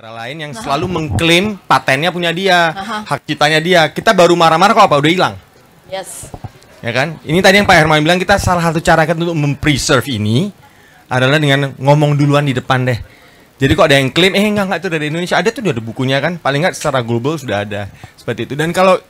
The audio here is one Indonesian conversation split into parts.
Cara lain yang selalu mengklaim patennya punya dia, hak ciptanya dia. Kita baru marah-marah kok apa udah hilang. Yes. Ya kan? Ini tadi yang Pak Hermawan bilang, kita salah satu cara kita untuk mempreserve ini adalah dengan ngomong duluan di depan deh. Jadi kok ada yang klaim, enggak itu dari Indonesia, ada tuh udah ada bukunya kan, paling nggak secara global sudah ada seperti itu. Dan kalau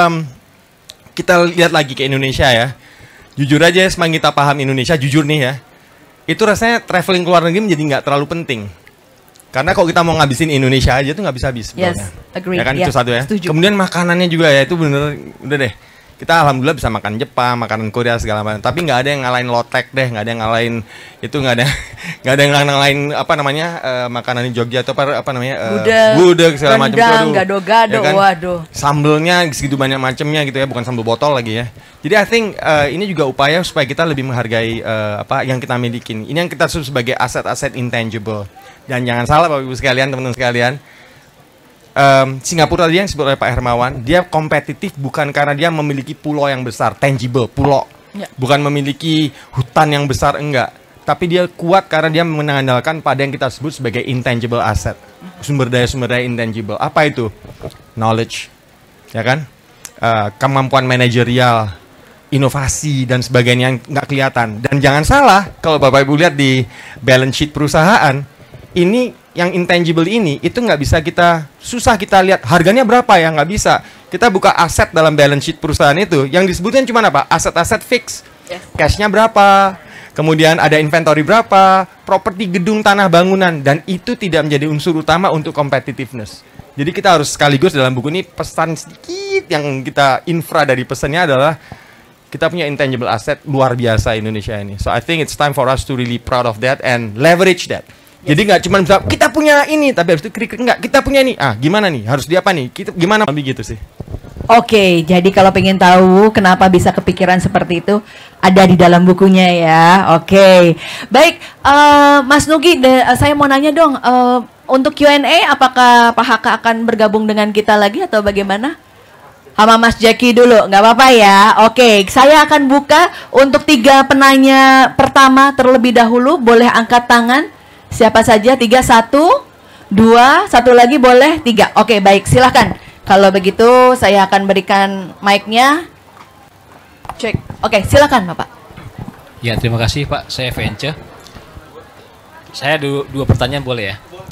kita lihat lagi ke Indonesia ya, jujur aja semakin kita paham Indonesia, jujur nih ya, itu rasanya traveling ke luar negeri menjadi nggak terlalu penting. Karena kalau kita mau ngabisin Indonesia aja tuh nggak bisa habis. Yes, agree. Ya kan, yeah, itu satu ya. Setuju. Kemudian makanannya juga ya, itu bener, udah deh. Kita alhamdulillah bisa makan Jepang, makanan Korea segala macam. Tapi nggak ada yang ngalahin lotek deh, nggak ada yang ngalahin itu, nggak ada yang ngalahin apa namanya makanan di Jogja atau apa namanya gudeg segala macam itu. Gado-gado, ya kan? Waduh. Sambelnya segitu banyak macamnya gitu ya, bukan sambel botol lagi ya. Jadi I think ini juga upaya supaya kita lebih menghargai apa yang kita miliki. Ini yang kita sebut sebagai aset-aset intangible. Dan jangan salah Bapak Ibu sekalian, teman-teman sekalian. Singapura tadi yang disebut oleh Pak Hermawan, dia kompetitif bukan karena dia memiliki pulau yang besar, tangible, pulau. Ya. Bukan memiliki hutan yang besar, enggak. Tapi dia kuat karena dia mengandalkan pada yang kita sebut sebagai intangible asset. Sumber daya intangible. Apa itu? Knowledge. Ya kan? Kemampuan manajerial, inovasi, dan sebagainya yang nggak kelihatan. Dan jangan salah, kalau Bapak Ibu lihat di balance sheet perusahaan, ini yang intangible ini itu nggak bisa susah kita lihat harganya berapa ya, nggak bisa. Kita buka aset dalam balance sheet perusahaan itu, yang disebutkan cuma apa? Aset-aset fix. Yes. Cashnya berapa, kemudian ada inventory berapa, properti gedung, tanah, bangunan, dan itu tidak menjadi unsur utama untuk competitiveness. Jadi kita harus sekaligus dalam buku ini pesan sedikit yang kita infra dari pesannya adalah kita punya intangible asset luar biasa Indonesia ini. So I think it's time for us to really proud of that and leverage that. Yes. Jadi nggak cuma bisa kita punya ini tapi harus itu krik enggak, kita punya ini. Gimana nih? Harus di apa nih? Kita gimana begitu sih? Oke, jadi kalau pengen tahu kenapa bisa kepikiran seperti itu, ada di dalam bukunya ya. Oke. Baik, Mas Nugi, saya mau nanya dong, untuk Q&A apakah Pak Haka akan bergabung dengan kita lagi atau bagaimana? Sama Mas Jackie dulu, nggak apa-apa ya. Oke, saya akan buka untuk 3 penanya pertama terlebih dahulu. Boleh angkat tangan. Siapa saja? 3, 1, 2, 1 lagi boleh 3. Oke, baik, silahkan. Kalau begitu saya akan berikan mic-nya. Cek. Oke, silakan Bapak. Ya, terima kasih Pak. Saya Vence. Saya dua pertanyaan boleh ya?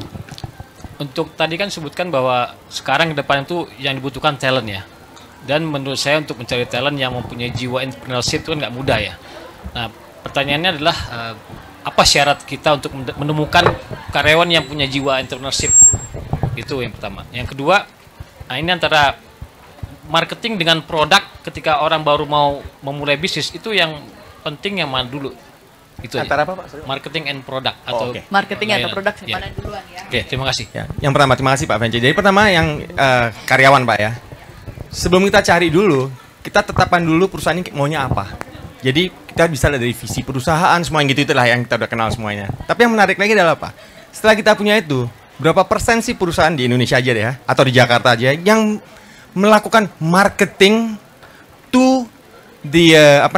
Untuk tadi kan sebutkan bahwa sekarang ke depan itu yang dibutuhkan talent ya. Dan menurut saya untuk mencari talent yang mempunyai jiwa entrepreneurship itu kan nggak mudah ya. Nah, pertanyaannya adalah apa syarat kita untuk menemukan karyawan yang punya jiwa entrepreneurship? Itu yang pertama. Yang kedua, nah ini antara marketing dengan produk ketika orang baru mau memulai bisnis, itu yang penting yang mana dulu? Itu antara apa Pak? Marketing and product atau okay. Marketing atau produk ya. mana duluan ya? Oke, terima kasih. Ya, yang pertama, terima kasih Pak Vence. Jadi pertama yang karyawan Pak ya. Sebelum kita cari dulu, kita tetapkan dulu perusahaan ini maunya apa. Jadi kita bisa lihat dari visi perusahaan, semua yang gitu itulah yang kita udah kenal semuanya. Tapi yang menarik lagi adalah apa? Setelah kita punya itu, berapa persen sih perusahaan di Indonesia aja deh ya, atau di Jakarta aja yang melakukan marketing to the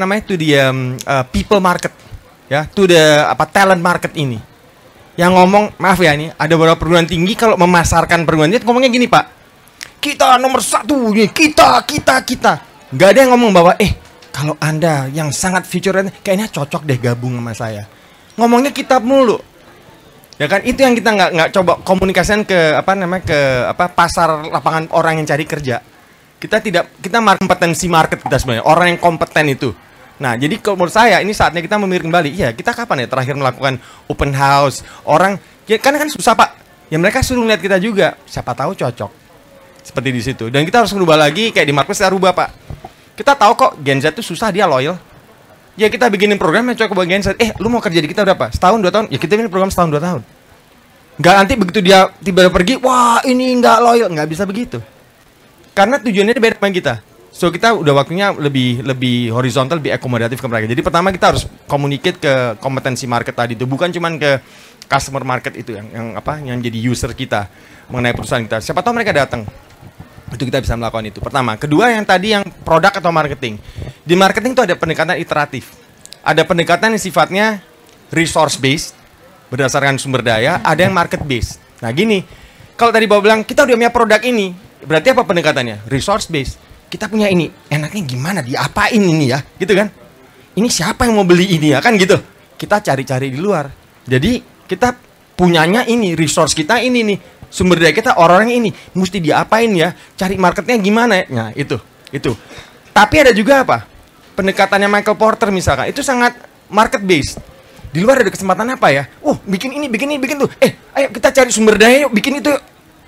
people market, ya, to the talent market ini. Yang ngomong, maaf ya ini, ada beberapa perguruan tinggi kalau memasarkan perguruan tinggi ngomongnya gini Pak, kita nomor 1 nih, kita. Nggak ada yang ngomong bahwa kalau Anda yang sangat future kayaknya cocok deh gabung sama saya. Ngomongnya kita mulu. Ya kan, itu yang kita nggak coba komunikasikan ke pasar lapangan orang yang cari kerja. Kita kompetensi market kita sebenarnya, orang yang kompeten itu. Nah, jadi kalau menurut saya ini saatnya kita memikir kembali, iya, kita kapan ya terakhir melakukan open house? Orang ya kan susah Pak. Ya mereka suruh lihat kita juga, siapa tahu cocok. Seperti di situ. Dan kita harus merubah lagi kayak di market kita rubah Pak. Kita tahu kok Gen Z itu susah, dia loyal. Ya kita bikinin program yang cocok buat Gen Z. Lu mau kerja di kita berapa? Setahun, 2 tahun? Ya kita bikin program setahun, 2 tahun. Nggak nanti begitu dia tiba-tiba pergi, wah ini nggak loyal. Nggak bisa begitu. Karena tujuannya beda dengan kita. So kita udah waktunya lebih horizontal, lebih akomodatif ke mereka. Jadi pertama kita harus communicate ke kompetensi market tadi itu. Bukan cuman ke customer market itu yang jadi user kita mengenai perusahaan kita. Siapa tahu mereka datang. Itu kita bisa melakukan itu. Pertama, kedua yang tadi yang produk atau marketing. Di marketing itu ada pendekatan iteratif. Ada pendekatan yang sifatnya resource based berdasarkan sumber daya, ada yang market based. Nah, gini, Kalau tadi Bapak bilang kita udah punya produk ini, berarti apa pendekatannya? Resource based. Kita punya ini, enaknya gimana? Diapain ini ya? Gitu kan? Ini siapa yang mau beli ini ya? Kan gitu. Kita cari-cari di luar. Jadi kita punyanya ini, resource kita ini nih, sumber daya kita orang ini, mesti diapain ya? Cari marketnya gimana ya? Nah itu. Tapi ada juga apa? Pendekatannya Michael Porter misalkan, itu sangat market based. Di luar ada kesempatan apa ya? Bikin ini, bikin tuh. Ayo kita cari sumber daya yuk, bikin itu yuk.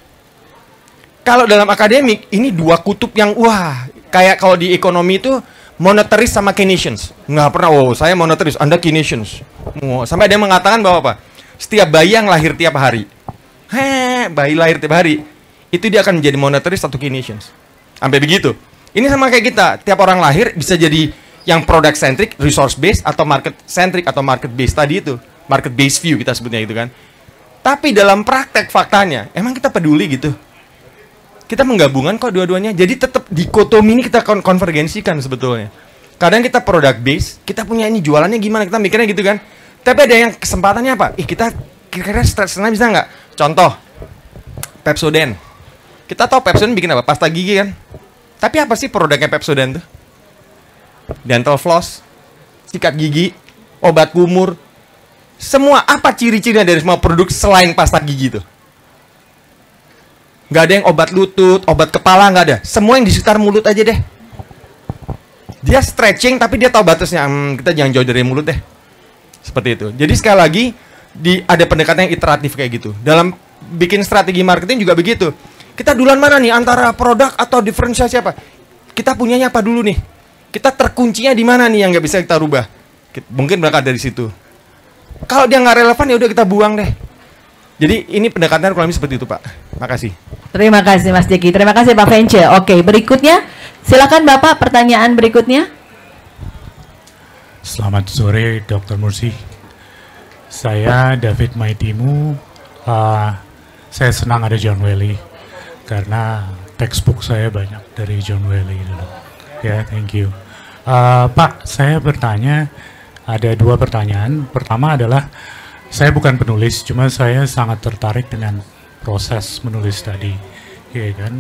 Kalau dalam akademik, ini dua kutub yang kayak kalau di ekonomi itu monetarist sama Keynesians. Nggak pernah, saya monetarist, Anda Keynesians. Sampai ada yang mengatakan bahwa apa? Setiap bayi yang lahir tiap hari, bayi lahir tiap hari, itu dia akan menjadi monetarist atau Keynesians. Sampai begitu. Ini sama kayak kita, tiap orang lahir bisa jadi yang product centric, resource based, atau market centric, atau market based tadi itu. Market based view kita sebutnya itu kan. Tapi dalam praktek faktanya, emang kita peduli gitu? Kita menggabungkan kok dua-duanya. Jadi tetap dikotomi ini kita konvergensikan sebetulnya. Kadang kita product base, kita punya ini jualannya gimana, kita mikirnya gitu kan. Tapi ada yang kesempatannya apa? Kita kira-kira stretch-nya bisa nggak? Contoh, Pepsodent. Kita tahu Pepsodent bikin apa? Pasta gigi kan. Tapi apa sih produknya Pepsodent tuh? Dental floss, sikat gigi, obat kumur. Semua apa ciri-cirinya dari semua produk selain pasta gigi itu? Nggak ada yang obat lutut, obat kepala, nggak ada. Semua yang di sekitar mulut aja deh. Dia stretching tapi dia tahu batasnya. Kita jangan jauh dari mulut deh. Seperti itu. Jadi sekali lagi ada pendekatan yang iteratif kayak gitu. Dalam bikin strategi marketing juga begitu. Kita duluan mana nih antara produk atau diferensiasi apa? Kita punyanya apa dulu nih? Kita terkuncinya di mana nih yang nggak bisa kita rubah? Mungkin berangkat dari situ. Kalau dia nggak relevan ya udah kita buang deh. Jadi ini pendekatan kurang lebih seperti itu, Pak. Makasih. Terima kasih Mas Jeki. Terima kasih Pak Vence. Oke, berikutnya silakan Bapak pertanyaan berikutnya. Selamat sore Dr. Mursi. Saya David Maitimu. Saya senang ada John Wiley karena textbook saya banyak dari John Wiley dulu. Ya, thank you. Pak, saya bertanya, ada dua pertanyaan. Pertama adalah saya bukan penulis, cuma saya sangat tertarik dengan proses menulis tadi, ya kan?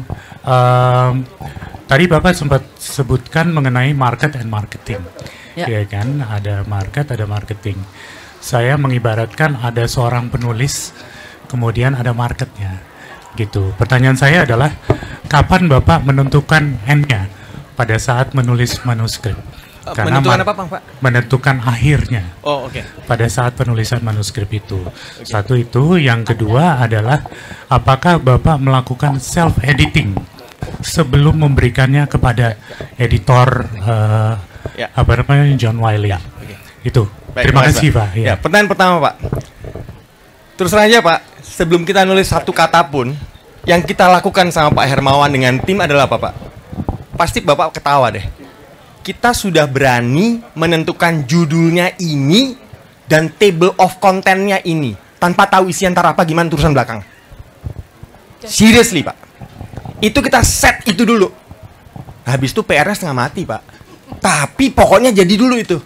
Tadi Bapak sempat sebutkan mengenai market and marketing, ya kan? Ada market, ada marketing. Saya mengibaratkan ada seorang penulis, kemudian ada marketnya, gitu. Pertanyaan saya adalah, kapan Bapak menentukan N-nya pada saat menulis manuskrip? Karena menentukan apa, Pak? Menentukan akhirnya. Oh, oke. Pada saat penulisan manuskrip itu. Satu itu, yang kedua adalah apakah Bapak melakukan self editing sebelum memberikannya kepada editor apa namanya John Wiley. Itu. Baik, terima kasih, Pak. Ya, pertanyaan pertama, Pak. Terus aja, Pak, sebelum kita nulis satu kata pun, yang kita lakukan sama Pak Hermawan dengan tim adalah apa, Pak? Pasti Bapak ketawa deh. Kita sudah berani menentukan judulnya ini dan table of content-nya ini tanpa tahu isi antara apa gimana tulisan belakang. Seriously, Pak. Itu kita set itu dulu. Habis itu PR-nya setengah mati, Pak. Tapi pokoknya jadi dulu itu.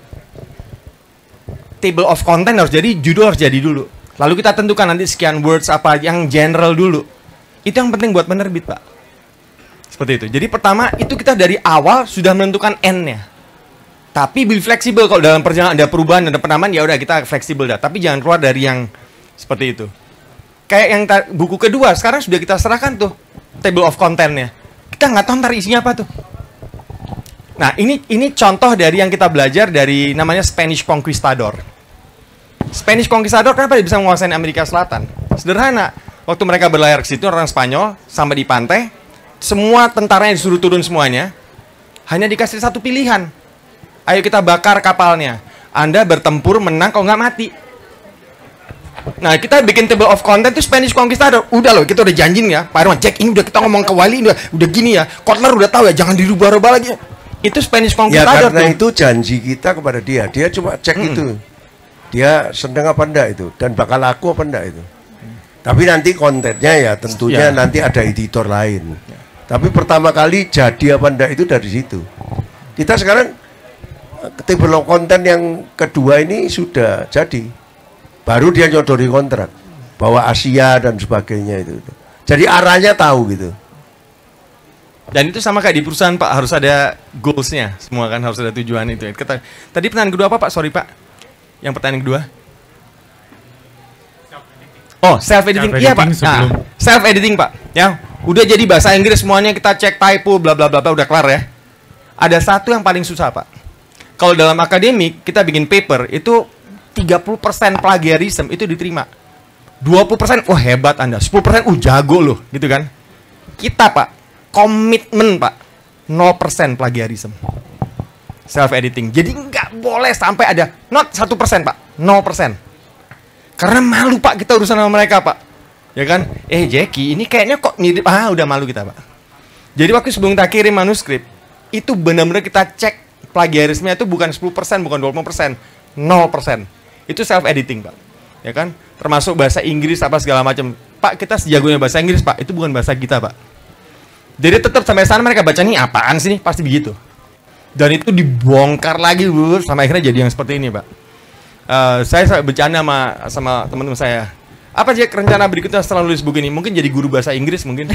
Table of content harus jadi, judul harus jadi dulu. Lalu kita tentukan nanti sekian words apa yang general dulu. Itu yang penting buat penerbit, Pak. Seperti itu. Jadi pertama itu kita dari awal sudah menentukan N-nya. Tapi be fleksibel kalau dalam perjalanan ada perubahan ada penamaan ya udah kita fleksibel dah. Tapi jangan keluar dari yang seperti itu. Kayak yang buku kedua sekarang sudah kita serahkan tuh table of content-nya. Kita nggak tahu ntar isinya apa tuh. Nah ini contoh dari yang kita belajar dari namanya Spanish Conquistador. Spanish Conquistador kenapa dia bisa menguasai Amerika Selatan? Sederhana. Waktu mereka berlayar ke situ orang Spanyol sampai di pantai. Semua tentaranya disuruh turun semuanya. Hanya dikasih satu pilihan. Ayo kita bakar kapalnya. Anda bertempur menang kalau nggak mati. Nah kita bikin table of content itu Spanish Conquistador. Udah loh kita udah janjin ya Pak Irwan, cek ini udah kita ngomong ke Wali udah gini ya. Kotler udah tahu ya jangan dirubah-rubah lagi. Itu Spanish Conquistador. Ya karena itu janji kita kepada dia. Dia cuma cek itu. Dia seneng apa enggak itu. Dan bakal laku apa enggak itu. Tapi nanti kontennya ya tentunya nanti ada editor lain. Tapi pertama kali jadi apa enggak itu dari situ. Kita sekarang table of content yang kedua ini sudah jadi. Baru dia nyodori kontrak bahwa Asia dan sebagainya itu. Jadi arahnya tahu gitu. Dan itu sama kayak di perusahaan Pak, harus ada goals-nya. Semua kan harus ada tujuan itu. Tadi pertanyaan kedua apa Pak? Sorry Pak. Yang pertanyaan kedua? Oh, self-editing. Iya Pak. Nah, self-editing Pak. Ya, udah jadi bahasa Inggris semuanya kita cek typo, bla bla bla bla, udah kelar ya. Ada satu yang paling susah Pak. Kalau dalam akademik, kita bikin paper, itu 30% plagiarism itu diterima. 20%, wah hebat Anda. 10%, jago loh, gitu kan. Kita Pak, komitmen Pak, 0% plagiarism. Self-editing. Jadi nggak boleh sampai ada, not 1% Pak, 0%. Karena malu Pak kita urusan sama mereka Pak. Ya kan? Jackie, ini kayaknya kok mirip, udah malu kita Pak. Jadi waktu sebelum kita kirim manuskrip, itu benar-benar kita cek plagiarismenya itu bukan 10%, bukan 20%, 0%. Itu self-editing Pak. Ya kan? Termasuk bahasa Inggris apa segala macam. Pak, kita sejagonya bahasa Inggris Pak, itu bukan bahasa kita Pak. Jadi tetap sampai sana mereka baca nih apaan sih nih, pasti begitu. Dan itu dibongkar lagi Bu, sampai akhirnya jadi yang seperti ini Pak. Saya bercanda sama teman-teman saya. Apa aja rencana berikutnya setelah nulis buku ini? Mungkin jadi guru bahasa Inggris mungkin.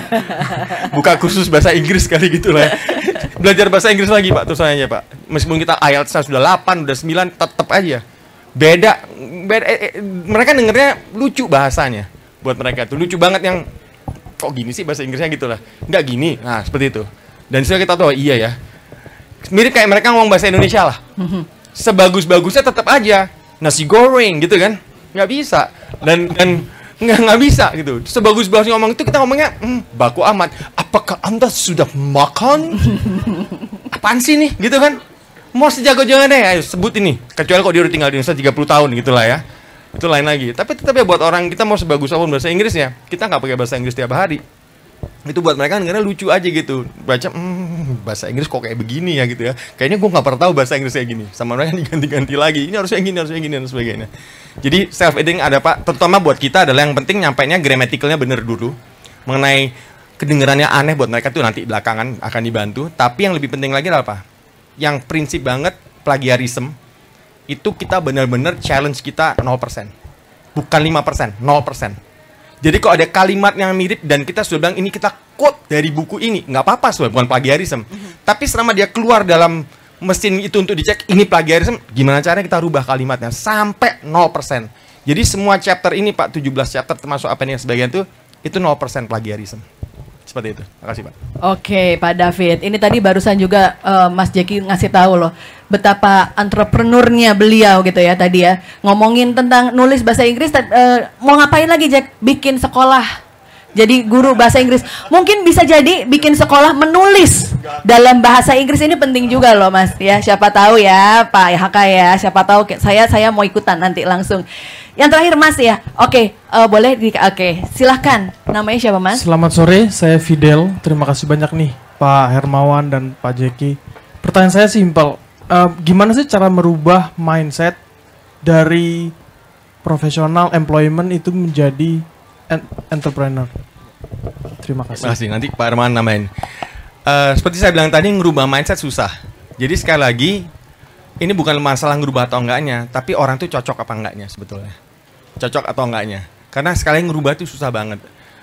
Buka kursus bahasa Inggris kali gitu lah. Belajar bahasa Inggris lagi Pak, terus aja Pak. Meskipun kita IELTS sudah 8, udah 9, tetap aja. Beda mereka dengernya lucu bahasanya. Buat mereka tuh lucu banget yang kok gini sih bahasa Inggrisnya gitu lah. Nggak gini. Nah, seperti itu. Dan setelah kita tahu iya ya. Mirip kayak mereka ngomong bahasa Indonesia lah. Sebagus-bagusnya tetap aja nasi goreng gitu kan. Nggak bisa. Dan nggak bisa gitu. Sebagus-bagusnya ngomong itu kita ngomongnya baku amat. Apakah Anda sudah makan? Apaan sih nih? Gitu kan. Mau sejago-jago deh, ayo sebut ini. Kecuali kok dia udah tinggal di Indonesia 30 tahun gitu lah ya. Itu lain lagi. Tapi tetap ya buat orang kita mau sebagus apapun bahasa Inggrisnya, kita nggak pakai bahasa Inggris tiap hari. Itu buat mereka dengarnya lucu aja gitu. Baca, bahasa Inggris kok kayak begini ya gitu ya. Kayaknya gue nggak pernah tahu bahasa Inggris kayak gini. Sama mereka diganti-ganti lagi. Ini harusnya gini, harusnya gini, dan sebagainya. Jadi self-editing ada Pak, terutama buat kita adalah yang penting nyampainya gramaticalnya bener dulu. Mengenai kedengarannya aneh buat mereka tuh nanti belakangan akan dibantu. Tapi yang lebih penting lagi adalah apa? Yang prinsip banget plagiarism itu kita benar-benar challenge kita 0%. Bukan 5%, 0%. Jadi kalau ada kalimat yang mirip dan kita sudah bilang ini kita quote dari buku ini, nggak apa-apa sebenarnya, bukan plagiarism. Tapi selama dia keluar dalam mesin itu untuk dicek ini plagiarism, gimana caranya kita rubah kalimatnya sampai 0%. Jadi semua chapter ini Pak, 17 chapter termasuk apa nih sebagian itu 0% plagiarism. Seperti itu. Terima kasih Pak. Oke Pak David, ini tadi barusan juga Mas Jackie ngasih tahu loh betapa entrepreneurnya beliau gitu ya tadi ya, ngomongin tentang nulis bahasa Inggris. Mau ngapain lagi Jack? Bikin sekolah jadi guru bahasa Inggris. Mungkin bisa jadi bikin sekolah menulis dalam bahasa Inggris, ini penting juga loh Mas ya. Siapa tahu ya Pak HK ya, siapa tahu saya mau ikutan nanti langsung. Yang terakhir Mas ya. Oke, boleh silahkan. Namanya siapa Mas? Selamat sore, saya Fidel. Terima kasih banyak nih Pak Hermawan dan Pak Jackie. Pertanyaan saya simpel. Gimana sih cara merubah mindset dari profesional employment itu menjadi entrepreneur? Terima kasih. Terima kasih. Nanti Pak Herman namain. Seperti saya bilang tadi, ngerubah mindset susah. Jadi sekali lagi, ini bukan masalah ngerubah atau enggaknya, tapi orang tuh cocok apa enggaknya sebetulnya. Cocok atau enggaknya. Karena sekali ngerubah itu susah banget.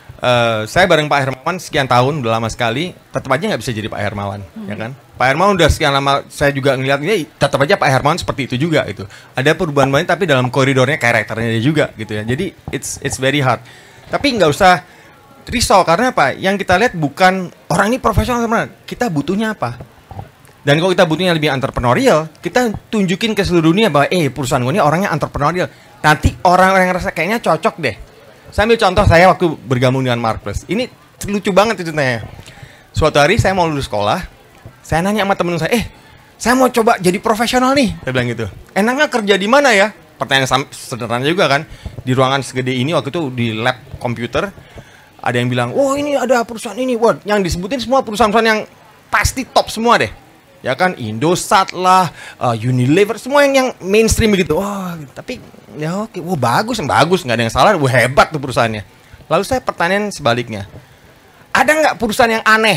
Saya bareng Pak Hermawan sekian tahun, udah lama sekali, tetap aja nggak bisa jadi Pak Hermawan, ya kan? Pak Hermawan udah sekian lama, saya juga ngeliat ini, tetap aja Pak Hermawan seperti itu juga itu. Ada perubahan banyak, tapi dalam koridornya karakternya dia juga gitu ya. Jadi it's very hard. Tapi nggak usah risau, karena apa? Yang kita lihat bukan orang ini profesional teman, kita butuhnya apa? Dan kalau kita butuhnya lebih entrepreneurial, kita tunjukin ke seluruh dunia bahwa perusahaan gue ini orangnya entrepreneurial. Nanti orang-orang yang rasa kayaknya cocok deh. Saya ambil contoh saya waktu bergabung dengan Marketplace. Ini lucu banget ceritanya. Suatu hari saya mau lulus sekolah, saya nanya sama temen saya, saya mau coba jadi profesional nih. Saya bilang gitu. Enaknya kerja di mana ya? Pertanyaan sederhana juga kan. Di ruangan segede ini waktu itu di lab komputer, ada yang bilang, oh ini ada perusahaan ini. Wah, yang disebutin semua perusahaan-perusahaan yang pasti top semua deh. Ya kan, Indosat lah, Unilever, semua yang mainstream begitu. Wah, tapi ya oke, wah bagus, nggak ada yang salah, wah hebat tuh perusahaannya. Lalu saya pertanyaan sebaliknya, ada nggak perusahaan yang aneh?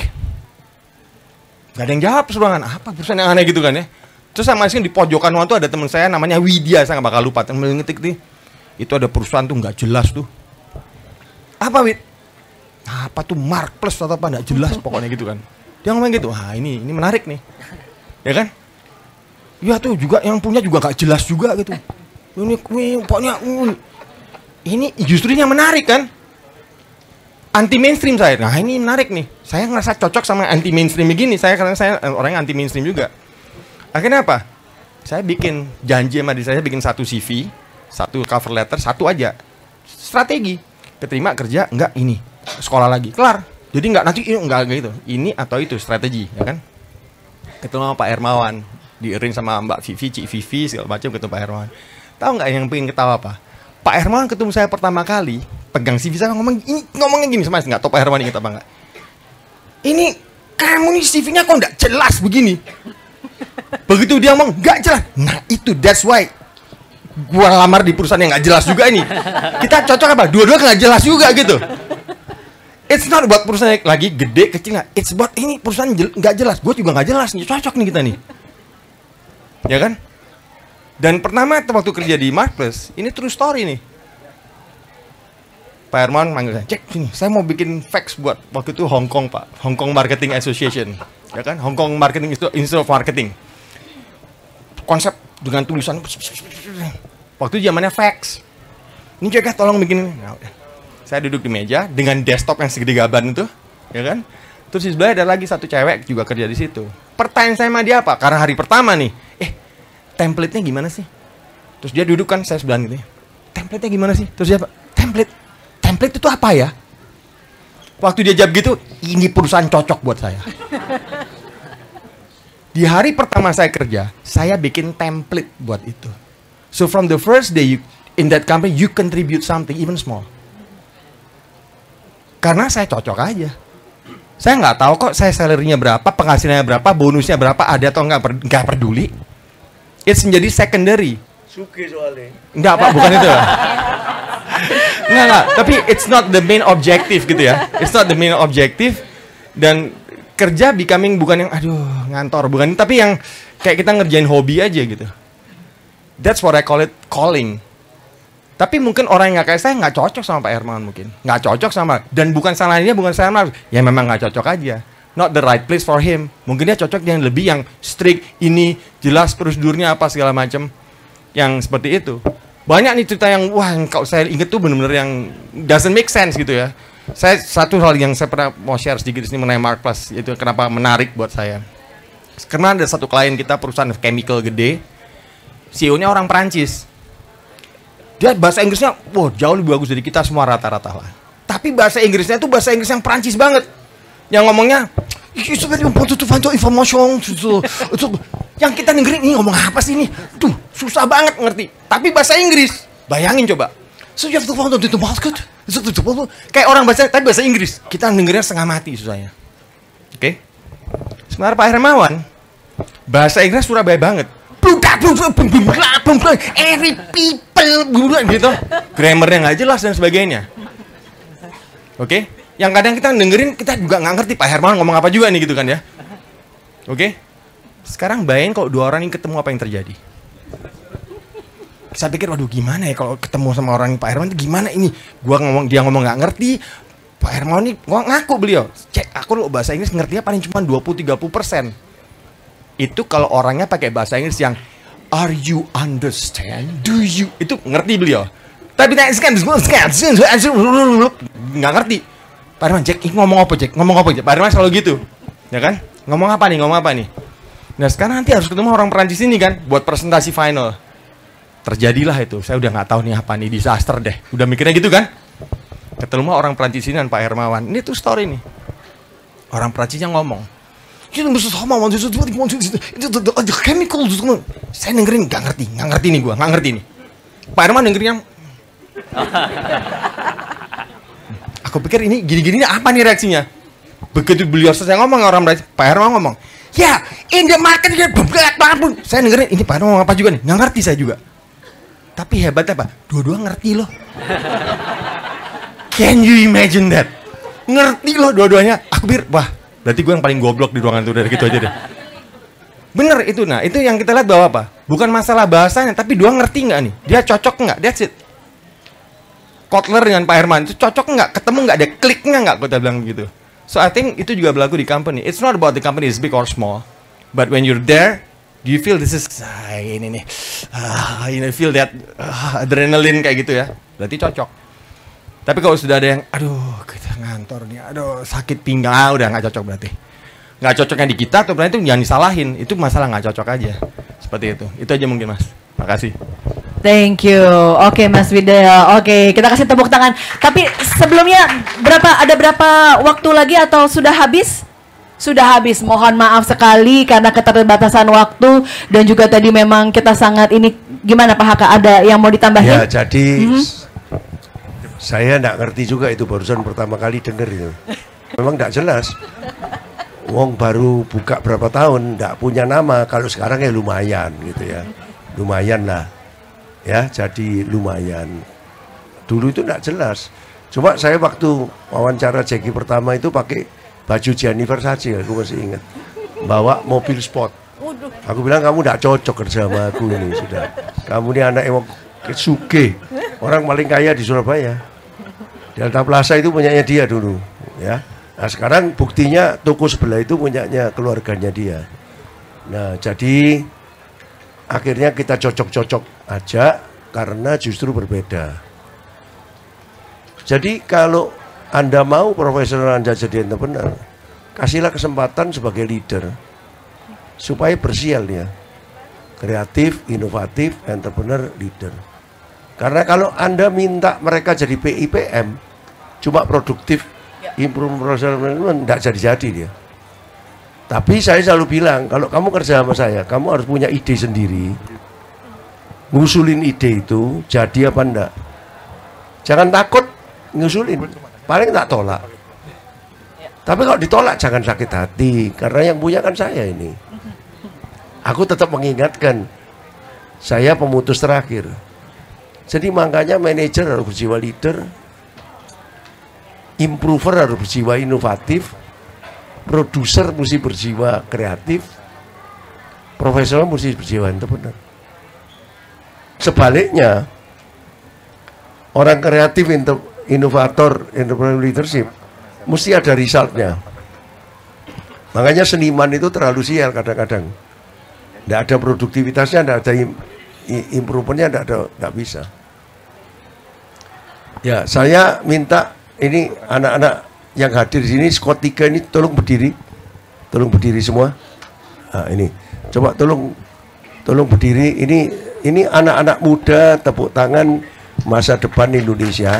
Gak ada yang jawab, sebenarnya apa perusahaan yang aneh gitu kan ya. Terus saya masukin di pojokan ruangan tuh ada teman saya namanya Widya, saya nggak bakal lupa, ngetik nih, itu ada perusahaan tuh nggak jelas tuh. Apa Wid? Apa tuh Mark Plus atau apa, nggak jelas pokoknya gitu kan. Dia ngomong gitu, wah ini menarik nih. Ya kan? Ya tuh juga yang punya juga gak jelas juga gitu. Ini pokoknya ini justru yang menarik kan. Anti mainstream saya. Nah, ini menarik nih. Saya ngerasa cocok sama anti mainstream begini. Karena saya orang yang anti mainstream juga. Akhirnya apa? Saya bikin janji sama diri saya bikin satu CV, satu cover letter, satu aja. Strategi. Keterima kerja enggak ini. Sekolah lagi. Kelar. Jadi enggak nanti ini enggak gitu. Ini atau itu strategi, ya kan? Ketemu sama Pak Hermawan, diiring sama Mbak Vivi, Cik Vivi segala macam, ketemu Pak Hermawan. Tahu nggak yang pengen ketawa apa? Pak Hermawan ketemu saya pertama kali, pegang CV saya ngomongnya gini sama saya, nggak tahu Pak Hermawan ingat apa nggak? Ini kamu nih CV-nya kok nggak jelas begini. Begitu dia ngomong nggak jelas, nah itu that's why gua lamar di perusahaan yang nggak jelas juga ini. Kita cocok apa? Dua-dua nggak jelas juga gitu. It's not buat perusahaan lagi gede kecil nggak. It's buat ini perusahaan nggak jelas. Gue juga nggak jelas nih. Cocok nih kita nih. Ya kan? Dan pertama waktu kerja di Marketplace, ini true story nih. Pak Herman manggil saya, cek sini. Saya mau bikin fax buat waktu itu Hong Kong Pak, Hong Kong Marketing Association, ya kan? Hong Kong Marketing Institute of Marketing. Konsep dengan tulisan. Waktu itu zamannya fax. Ini cek tolong bikin. Nah, saya duduk di meja dengan desktop yang segede gaban itu, ya kan? Terus di sebelah ada lagi satu cewek juga kerja di situ. Pertanyaan saya sama dia apa? Karena hari pertama nih, template-nya gimana sih? Terus dia duduk kan saya sebelah gitu. Template-nya gimana sih? Terus dia apa? Template itu apa ya? Waktu dia jawab gitu, ini perusahaan cocok buat saya. Di hari pertama saya kerja, saya bikin template buat itu. So from the first day in that company, you contribute something even small. Karena saya cocok aja. Saya nggak tahu kok saya salary-nya berapa, penghasilannya berapa, bonusnya berapa, ada atau nggak peduli. It's menjadi secondary. Suki soalnya. Enggak Pak, bukan itu. Enggak. Tapi it's not the main objective gitu ya. It's not the main objective. Dan kerja becoming bukan yang aduh ngantor, bukan. Tapi yang kayak kita ngerjain hobi aja gitu. That's what I call it calling. Tapi mungkin orang yang nggak kayak saya nggak cocok sama Pak Hermawan mungkin. Nggak cocok sama. Dan bukan salahnya, bukan sama. Ya memang nggak cocok aja. Not the right place for him. Mungkin dia cocok yang lebih yang strict, ini jelas prosedurnya apa segala macam. Yang seperti itu. Banyak nih cerita yang wah kalau saya inget tuh bener-bener yang doesn't make sense gitu ya. Saya satu hal yang saya pernah mau share sedikit di sini mengenai Marketplace, itu kenapa menarik buat saya. Karena ada satu klien kita perusahaan chemical gede, CEO-nya orang Perancis. Dia bahasa Inggrisnya jauh lebih bagus dari kita semua rata-rata lah. Tapi bahasa Inggrisnya tuh bahasa Inggris yang Perancis banget. Yang ngomongnya yang kita dengerin ini ngomong apa sih ini? Tuh, susah banget ngerti. Tapi bahasa Inggris. Bayangin coba. So you have to follow the market. Kayak orang bahasa tapi bahasa Inggris. Kita dengernya setengah mati susahnya. Oke. Sementara Pak Hermawan bahasa Inggris Surabaya banget. Every people gitu. Grammarnya nggak jelas dan sebagainya. Oke. Yang kadang kita dengerin kita juga nggak ngerti Pak Hermawan ngomong apa juga nih gitu kan ya. Oke. Sekarang bayangin kalau dua orang ini ketemu apa yang terjadi. Saya pikir waduh gimana ya kalau ketemu sama orang Pak Hermawan itu gimana ini. Dia ngomong nggak ngerti. Pak Hermawan ini ngaku beliau. Cek aku lo bahasa Inggris ngertinya paling cuma 20-30%. Itu kalau orangnya pakai bahasa Inggris yang are you understand? Do you? Itu ngerti beliau. Tapi nggak ngerti. Pak Herman, Jack, ngomong apa Jack? Pak Herman selalu gitu, ya kan? Ngomong apa nih? Nah sekarang nanti harus ketemu orang Perancis ini kan, buat presentasi final. Terjadilah itu. Saya udah nggak tahu nih apa nih, disaster deh. Udah mikirnya gitu kan? Ketemu orang Perancis ini dan Pak Hermawan. Ini tuh story nih. Orang Perancisnya ngomong. Saya dengerin nggak ngerti nih gue, nggak ngerti nih. Pak Herman dengerinnya. Aku pikir ini gini-gini apa nih reaksinya? Begitu beliau selesai ngomong orang Perancis, Pak Herman ngomong, ya in the market banget. Saya dengerin ini Pak Herman ngomong apa juga nih, nggak ngerti saya juga. Tapi hebatnya apa? Dua-dua ngerti loh. Can you imagine that? Ngerti loh dua-duanya. Aku pikir, wah berarti gue yang paling goblok di ruangan itu dari gitu aja deh. Bener itu, nah itu yang kita lihat bahwa apa? Bukan masalah bahasanya, tapi dua ngerti nggak nih? Dia cocok nggak? That's it. Kotler dengan Pak Herman itu cocok nggak? Ketemu nggak? Ada kliknya nggak? Kita bilang begitu. So I think itu juga berlaku di company. It's not about the company is big or small, but when you're there, do you feel this is ini nih, feel that adrenaline kayak gitu ya? Berarti cocok. Tapi kalau sudah ada yang, aduh kita ngantor nih, aduh sakit pinggang, udah nggak cocok berarti. Nggak cocoknya di kita atau berarti itu jangan disalahin. Itu masalah nggak cocok aja. Seperti itu. Itu aja mungkin Mas. Makasih. Thank you. Oke Mas Fidel. Oke, kita kasih tepuk tangan. Tapi sebelumnya ada berapa waktu lagi atau sudah habis? Sudah habis. Mohon maaf sekali karena keterbatasan waktu dan juga tadi memang kita sangat ini gimana Pak Haka, ada yang mau ditambahin? Ya, jadi saya nggak ngerti juga itu, barusan pertama kali denger itu. Memang nggak jelas. Wong baru buka berapa tahun nggak punya nama, kalau sekarang ya lumayan gitu ya. Lumayan lah. Ya, jadi lumayan. Dulu itu nggak jelas. Cuma saya waktu wawancara Jackie pertama itu pakai baju Jennifer saja, aku masih ingat. Bawa mobil sport. Aku bilang kamu nggak cocok kerja sama aku ini sudah. Kamu ini anak emang suge, orang paling kaya di Surabaya. Delta Plaza itu punyanya dia dulu, ya. Nah sekarang buktinya toko sebelah itu punyanya keluarganya dia. Nah jadi akhirnya kita cocok-cocok aja karena justru berbeda. Jadi kalau Anda mau profesional Anda jadi entrepreneur, kasihlah kesempatan sebagai leader supaya bersial ya. Kreatif, inovatif, entrepreneur, leader. Karena kalau Anda minta mereka jadi PIPM, cuma produktif, improve professional management, tidak jadi-jadi dia. Tapi saya selalu bilang, kalau kamu kerja sama saya, kamu harus punya ide sendiri. Ngusulin ide itu, jadi apa enggak. Jangan takut ngusulin, paling tak tolak. Tapi kalau ditolak, jangan sakit hati, karena yang punya kan saya ini. Aku tetap mengingatkan, saya pemutus terakhir. Jadi makanya manajer harus berjiwa leader, improver harus berjiwa inovatif, produser mesti berjiwa kreatif, profesional mesti berjiwa entrepreneur. Sebaliknya, orang kreatif, inovator, entrepreneur leadership mesti ada resultnya. Makanya seniman itu terlalu sial kadang-kadang. Tidak ada produktivitasnya, tidak ada improvementnya, tidak bisa. Ya, saya minta ini anak-anak yang hadir di sini, squad 3 ini tolong berdiri semua. Nah, ini coba tolong berdiri. Ini anak-anak muda, tepuk tangan masa depan Indonesia.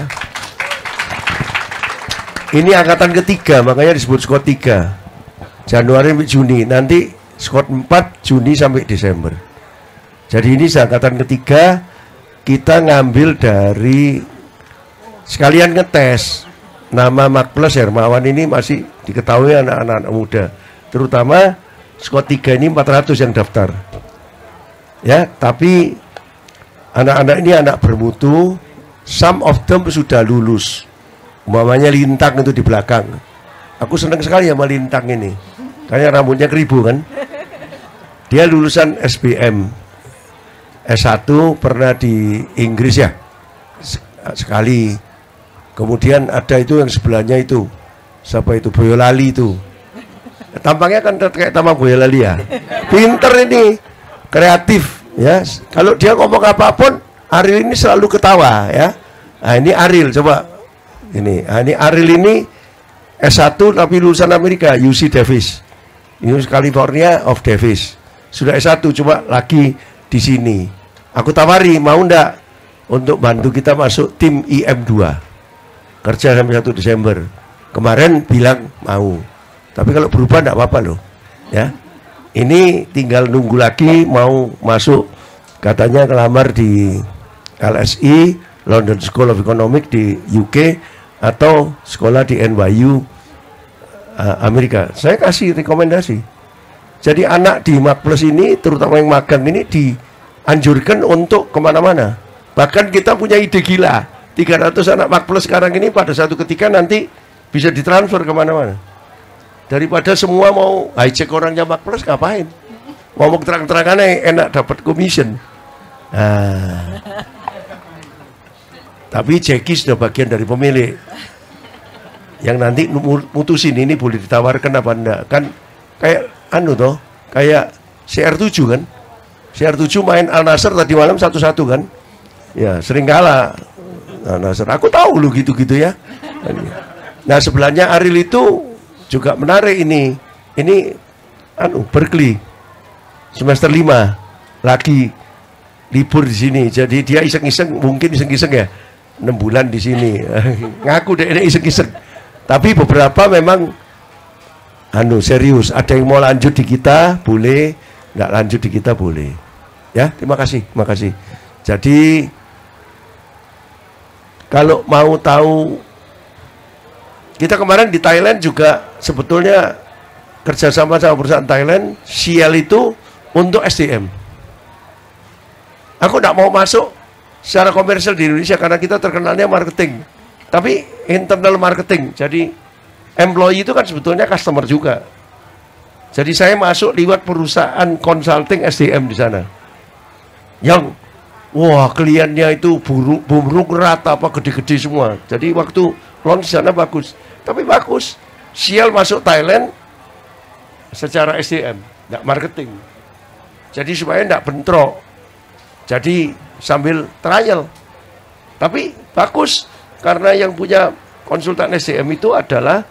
Ini angkatan ketiga, makanya disebut squad 3. Januari sampai Juni, nanti squad 4 Juni sampai Desember. Jadi ini angkatan ketiga, kita ngambil dari sekalian ngetes. Nama Makplus Hermawan ini masih diketahui anak-anak muda, terutama squad 3 ini 400 yang daftar. Ya, tapi anak-anak ini anak bermutu, some of them sudah lulus. Umpamanya Lintang itu di belakang. Aku senang sekali sama Lintang ini, karena rambutnya keribu kan. Dia lulusan SBM, S1 pernah di Inggris ya, sekali. Kemudian ada itu yang sebelahnya itu, siapa itu, Boyolali itu. Tampangnya kan kayak tampang Boyolali ya. Pinter ini, kreatif ya. Kalau dia ngomong apapun, Ariel ini selalu ketawa ya. Nah ini Ariel, coba ini. Nah, ini Ariel ini S1 tapi lulusan Amerika, UC Davis, University California of Davis. Sudah S1, coba lagi di sini. Aku tawari, mau ndak untuk bantu kita masuk tim IM2. Kerja sampai 1 Desember. Kemarin bilang mau. Tapi kalau berubah enggak apa-apa loh. Ya. Ini tinggal nunggu lagi mau masuk, katanya kelamar di LSE, London School of Economics di UK, atau sekolah di NYU Amerika. Saya kasih rekomendasi. Jadi anak di Makplus ini, terutama yang magang ini, dianjurkan untuk kemana-mana. Bahkan kita punya ide gila. 300 anak Makplus sekarang ini pada satu ketika nanti bisa ditransfer kemana-mana. Daripada semua mau hijack orangnya Makplus, ngapain? Ngomong terang-terangan enak dapat commission. Nah. Tapi Jackie sudah bagian dari pemilik. Yang nanti mutusin ini boleh ditawarkan apa enggak. Kan kayak toh, kayak CR7 kan. CR7 main Al Nassr tadi malam 1-1 kan. Ya, sering kalah Al Nassr. Aku tahu lu gitu-gitu ya. Nah, sebelahnya Ariel itu juga menarik ini. Ini Berkeley. Semester 5 lagi libur di sini. Jadi dia iseng-iseng, mungkin iseng-iseng ya. 6 bulan di sini. Ngaku deh ini iseng-iseng. Tapi beberapa memang serius. Ada yang mau lanjut di kita, boleh. Nggak lanjut di kita, boleh. Ya, terima kasih. Jadi kalau mau tahu, kita kemarin di Thailand juga sebetulnya kerjasama sama perusahaan Thailand, Ciel itu untuk SDM. Aku nggak mau masuk secara komersial di Indonesia karena kita terkenalnya marketing. Tapi internal marketing, jadi employee itu kan sebetulnya customer juga. Jadi saya masuk lewat perusahaan consulting SDM di sana. Yang kliennya itu burung rata apa gede-gede semua. Jadi waktu launch di sana bagus. Tapi bagus. Ciel masuk Thailand secara SDM, nggak marketing. Jadi supaya nggak bentrok. Jadi sambil trial. Tapi bagus karena yang punya konsultan SDM itu adalah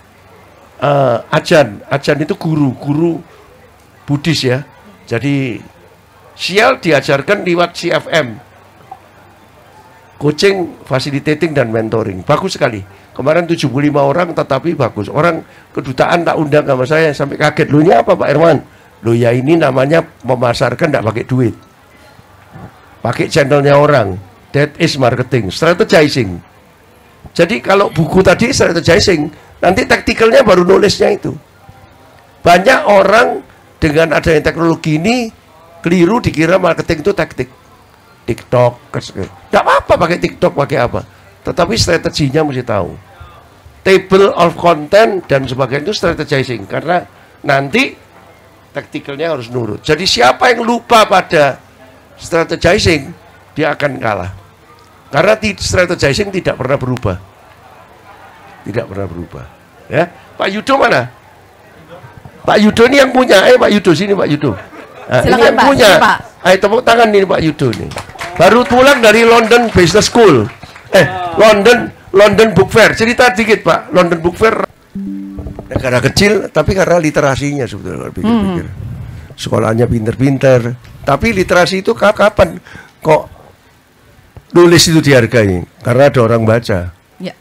Ajan itu guru Buddhis ya. Jadi Ciel diajarkan lewat CFM, coaching, facilitating dan mentoring. Bagus sekali. Kemarin 75 orang tetapi bagus. Orang kedutaan tak undang sama saya sampai kaget. Loh ini apa Pak Herman? Loh ya ini namanya memasarkan tidak pakai duit. Pakai channelnya orang. That is marketing, strategizing. Jadi kalau buku tadi strategizing, nanti taktikalnya baru nulisnya itu. Banyak orang dengan adanya teknologi ini keliru dikira marketing itu taktik. TikTok, tidak apa-apa pakai TikTok, pakai apa. Tetapi strateginya mesti tahu. Table of content dan sebagainya itu strategizing. Karena nanti taktikalnya harus nurut. Jadi siapa yang lupa pada strategizing, dia akan kalah. Karena strategizing tidak pernah berubah. Tidak pernah berubah. Ya, Pak Yudo mana? Pak Yudo ini yang punya. Pak Yudo sini Pak Yudo. Nah, silakan, ini yang Pak, punya. Pak. Ayo tepuk tangan nih Pak Yudo nih. Baru pulang dari London Business School. London Book Fair. Cerita dikit Pak. London Book Fair negara kecil tapi karena literasinya sebetulnya kalau pikir-pikir. Sekolahnya pinter-pinter. Tapi literasi itu kapan kok nulis itu dihargai? Karena ada orang baca. Ya.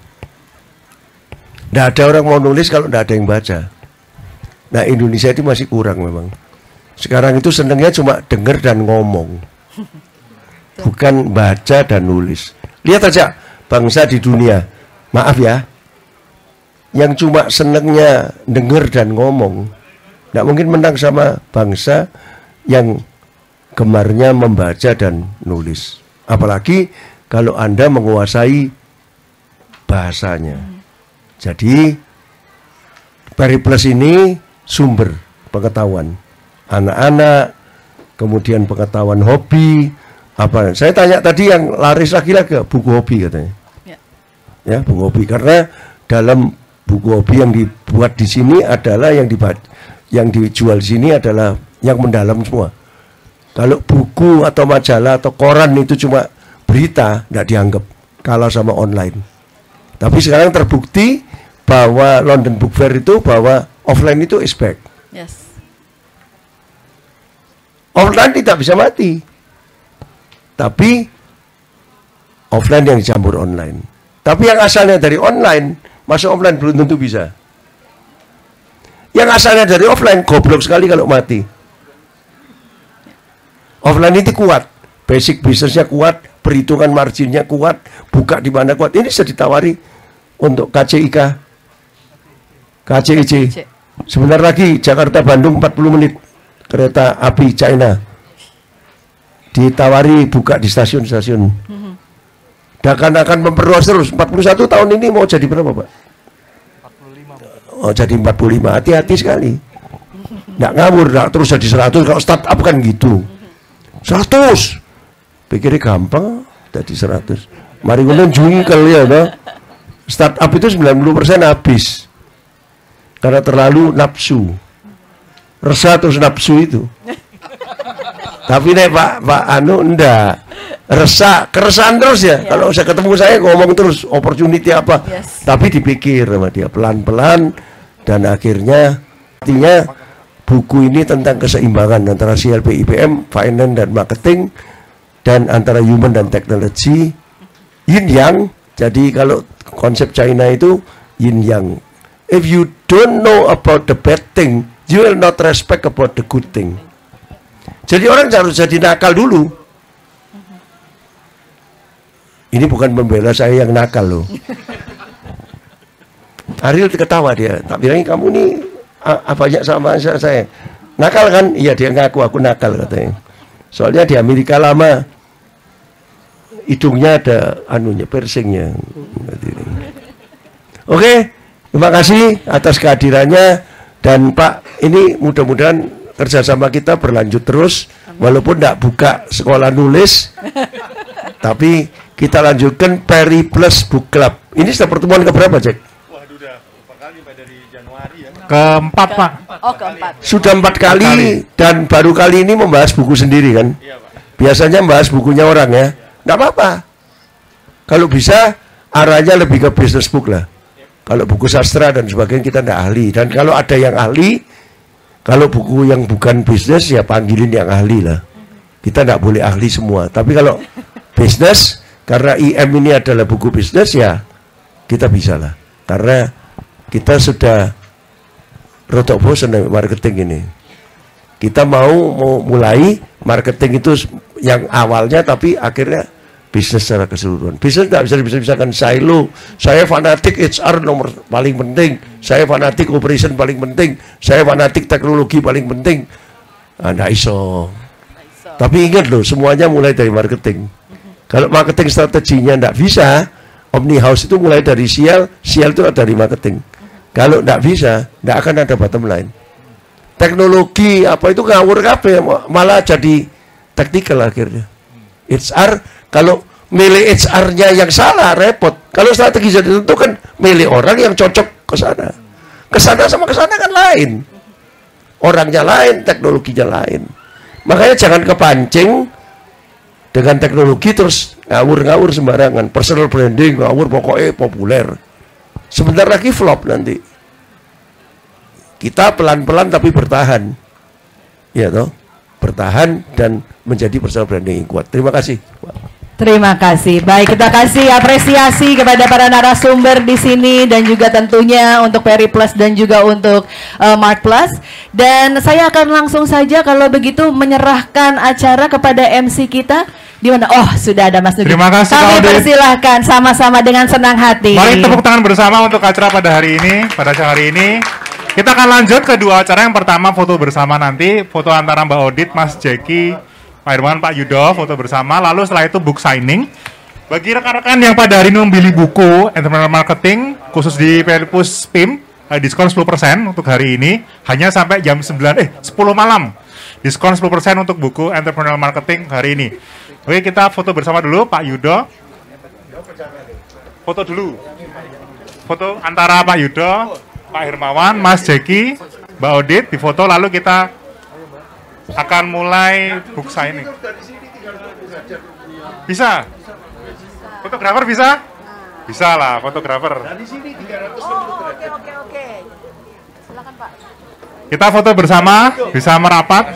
Nggak ada orang mau nulis kalau nggak ada yang baca. Nah Indonesia itu masih kurang memang. Sekarang itu senengnya cuma denger dan ngomong, bukan baca dan nulis. Lihat aja bangsa di dunia, maaf ya, yang cuma senengnya denger dan ngomong, nggak mungkin menang sama bangsa yang gemarnya membaca dan nulis. Apalagi kalau Anda menguasai bahasanya. Jadi Periplus ini sumber pengetahuan anak-anak, kemudian pengetahuan hobi, apa? Saya tanya tadi yang laris lagi buku hobi katanya. Ya, buku hobi karena dalam buku hobi yang dibuat di sini adalah yang dijual di sini adalah yang mendalam semua. Kalau buku atau majalah atau koran itu cuma berita, nggak dianggap, kalah sama online. Tapi sekarang terbukti bahwa London Book Fair itu bahwa offline itu is back. Yes. Offline tidak bisa mati, tapi offline yang dicampur online. Tapi yang asalnya dari online masuk offline belum tentu bisa. Yang asalnya dari offline goblok sekali kalau mati. Offline itu kuat, basic bisnisnya kuat, perhitungan marginnya kuat, buka di mana kuat. Ini sudah ditawari untuk KCIK, KCIC. Sebentar lagi Jakarta Bandung 40 menit kereta api China. Ditawari buka di stasiun-stasiun. Dan akan memperluas terus. 41 tahun ini mau jadi berapa, Pak? 45. Oh, jadi 45. Hati-hati sekali. Nggak ngawur, nggak terus jadi 100. Kalau startup kan gitu. 100. Pikirnya gampang, jadi 100. Mari ngono jungkel ya toh. Startup itu 90% habis. Karena terlalu nafsu. Resah terus nafsu itu. Tapi nek Pak Anu enggak. Resah, keresahan terus ya. Kalau saya ketemu saya ngomong terus opportunity apa. Tapi dipikir sama dia pelan-pelan dan akhirnya artinya buku ini tentang keseimbangan antara CLP IPM, finance dan marketing dan antara human dan technology. Yin yang. Jadi kalau konsep China itu yin yang. If you don't know about the bad thing, you will not respect about the good thing. Jadi orang harus jadi nakal dulu. Ini bukan membela saya yang nakal loh. Ariel ketawa dia. Tak bilangin kamu nih banyak sama saya. Nakal kan? Iya dia ngaku aku nakal katanya. Soalnya di Amerika lama hidungnya ada anunya, piercingnya. Oke, terima kasih atas kehadirannya dan Pak ini mudah-mudahan kerjasama kita berlanjut terus walaupun tidak buka sekolah nulis tapi kita lanjutkan Peri Plus Book Club. Ini sudah pertemuan keberapa, Jack? Waduh, udah berapa kali Pak dari Januari ya? Keempat, Pak. Oh, keempat. Sudah 4 kali dan baru kali ini membahas buku sendiri kan? Iya, Pak. Biasanya membahas bukunya orang ya. Nggak apa-apa. Kalau bisa arahnya lebih ke business book lah. Kalau buku sastra dan sebagainya kita nggak ahli. Dan kalau ada yang ahli, kalau buku yang bukan bisnis ya panggilin yang ahli lah. Kita nggak boleh ahli semua. Tapi kalau bisnis, karena IM ini adalah buku bisnis ya kita bisa lah. Karena kita sudah rotok bosan dengan marketing ini. Kita mau mulai marketing itu yang awalnya tapi akhirnya bisnis secara keseluruhan. Bisnis tidak bisa dipisahkan silo. Saya fanatik HR nomor paling penting. Saya fanatik operation paling penting. Saya fanatik teknologi paling penting. Nggak iso. Tapi ingat loh, semuanya mulai dari marketing. Kalau marketing strateginya nggak bisa, Omni House itu mulai dari sial itu dari marketing. Kalau nggak bisa, nggak akan ada bottom line. Teknologi apa itu ngawur kabeh, malah jadi taktikal akhirnya. HR kalau milih HR-nya yang salah repot. Kalau strategi sudah ditentukan, milih orang yang cocok ke sana. Ke sana sama ke sana kan lain. Orangnya lain, teknologinya lain. Makanya jangan kepancing dengan teknologi terus ngawur-ngawur sembarangan. Personal branding ngawur pokoknya populer. Sebentar lagi flop nanti. Kita pelan-pelan tapi bertahan. Ya toh? Bertahan dan menjadi personal branding yang kuat. Terima kasih. Terima kasih. Baik, kita kasih apresiasi kepada para narasumber di sini dan juga tentunya untuk Peri Plus dan juga untuk Mart Plus. Dan saya akan langsung saja kalau begitu menyerahkan acara kepada MC kita. Di mana? Oh, sudah ada Mas Nugi. Terima kasih. Kami persilahkan sama-sama dengan senang hati. Mari tepuk tangan bersama untuk acara pada hari ini, pada siang hari ini. Kita akan lanjut ke dua acara. Yang pertama foto bersama nanti, foto antara Mbak Odit, Mas Jeki, Pak Irwan, Pak Yudo, foto bersama. Lalu setelah itu book signing. Bagi rekan-rekan yang pada hari ini membeli buku Entrepreneur Marketing, khusus di Peripus PIM, diskon 10% untuk hari ini, hanya sampai jam 10 malam. Diskon 10% untuk buku Entrepreneur Marketing hari ini. Oke, kita foto bersama dulu, Pak Yudo. Foto dulu. Foto antara Pak Yudo, Pak Hermawan, Mas Jeki, Mbak Odit, di foto, lalu kita akan mulai book signing. Bisa? Fotografer bisa? Bisa lah, fotografer. Oke. Silakan, Pak. Kita foto bersama, bisa merapat.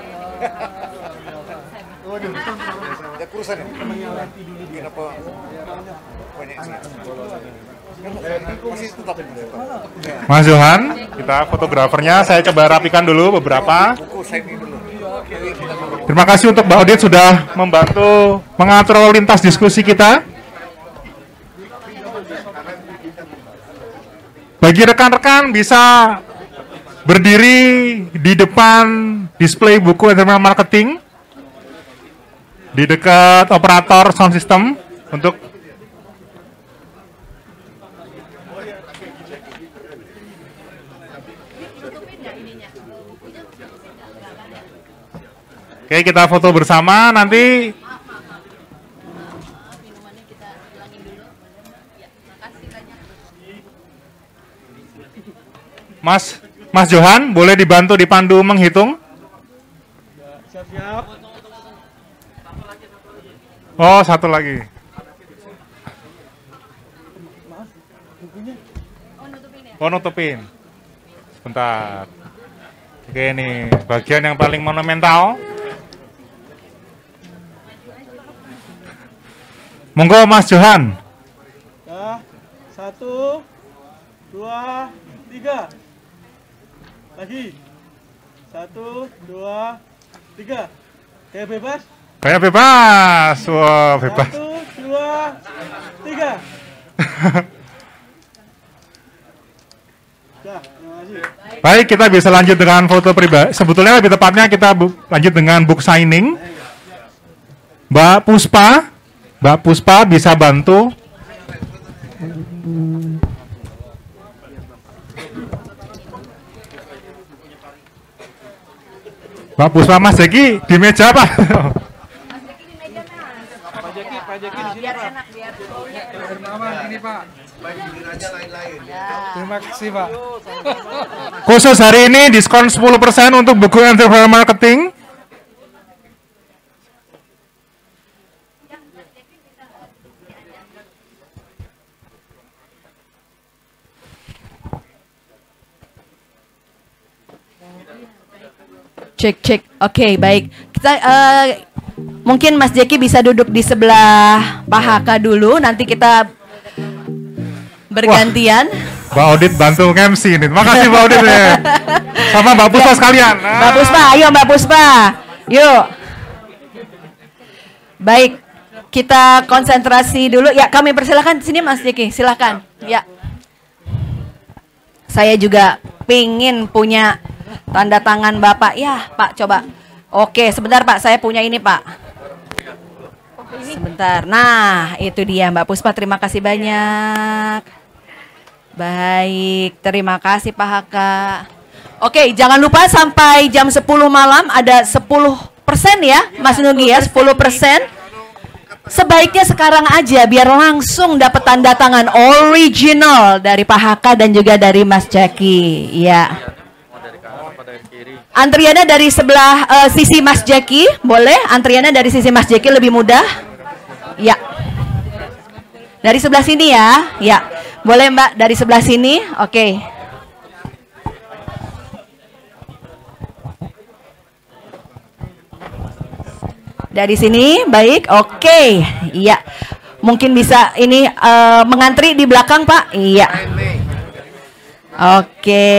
Mas Johan, kita fotografernya, saya coba rapikan dulu beberapa. Terima kasih untuk Mbak Odit sudah membantu mengatur lalu lintas diskusi kita. Bagi rekan-rekan bisa berdiri di depan display buku Entrepreneur Marketing di dekat operator sound system untuk Oke, kita foto bersama nanti. Mas Johan, boleh dibantu dipandu menghitung? Siap-siap. Oh, satu lagi. Oh, nutupin. Sebentar. Oke, ini bagian yang paling monumental. Monggo Mas Johan. Ya, 1, 2, 3. Lagi. 1, 2, 3. Kayak bebas. Kayak bebas. Wah, bebas. 1, 2, 3. Ya, terima kasih. Baik, kita bisa lanjut dengan foto pribadi. Sebetulnya lebih tepatnya kita lanjut dengan book signing. Mbak Puspa bisa bantu. Mbak Puspa, Mas Jeki di meja apa? Terima kasih, Pak. Khusus hari ini diskon 10% untuk buku entrepreneur marketing. Cek. Oke, baik. Kita mungkin Mas Jeki bisa duduk di sebelah Pak Haka dulu. Nanti kita bergantian. Mbak Audit bantu MC ini. Terima kasih Mbak Audit ya. Sama Mbak Puspa sekalian. Mbak Puspa, ayo Mbak Puspa. Yuk. Baik. Kita konsentrasi dulu. Ya, kami persilakan sini Mas Jeki, silakan. Ya. Saya juga pingin punya tanda tangan Bapak. Ya, Pak, coba. Oke, sebentar Pak, saya punya ini Pak. Sebentar. Nah, itu dia Mbak Puspa, terima kasih banyak. Baik, terima kasih Pak Haka. Oke, jangan lupa sampai jam 10 malam ada 10% ya, Mas Nugi ya, 10%. Sebaiknya sekarang aja biar langsung dapat tanda tangan original dari Pak Haka dan juga dari Mas Jeki. Ya. Antriannya dari sebelah sisi Mas Jeki, boleh? Antriannya dari sisi Mas Jeki lebih mudah. Ya. Dari sebelah sini ya. Ya. Boleh Mbak dari sebelah sini. Oke. Dari sini, baik. Oke. Iya. Mungkin bisa ini mengantri di belakang, Pak. Iya. Oke.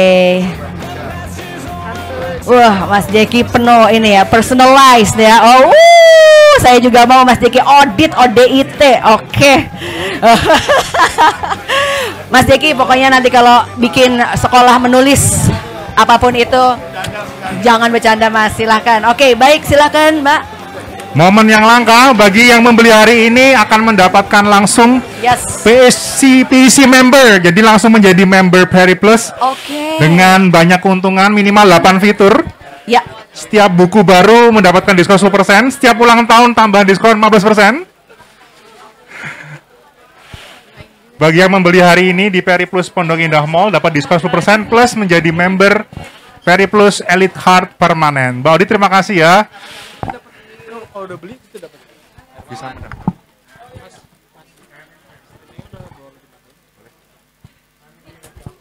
Wah, Mas Jeki penuh ini ya, personalized ya. Oh, saya juga mau Mas Jeki audit ODIT. Oke. Mas Jeki pokoknya nanti kalau bikin sekolah menulis apapun itu jangan bercanda Mas, silahkan. Oke, baik, silahkan Mbak. Momen yang langka bagi yang membeli hari ini akan mendapatkan langsung PEC member. Jadi langsung menjadi member Peri Plus. Oke. Dengan banyak keuntungan minimal 8 fitur. Ya. Setiap buku baru mendapatkan diskon 10%, setiap ulang tahun tambahan diskon 15%. Bagi yang membeli hari ini di Peri Plus Pondok Indah Mall dapat diskon 10% plus menjadi member Peri Plus Elite Heart Permanen. Mbak Audi terima kasih ya. Kalau udah beli kita dapat. Bisa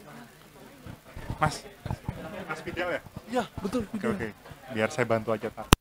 Mas Fidel ya? Iya, betul. Oke. Biar saya bantu aja Pak.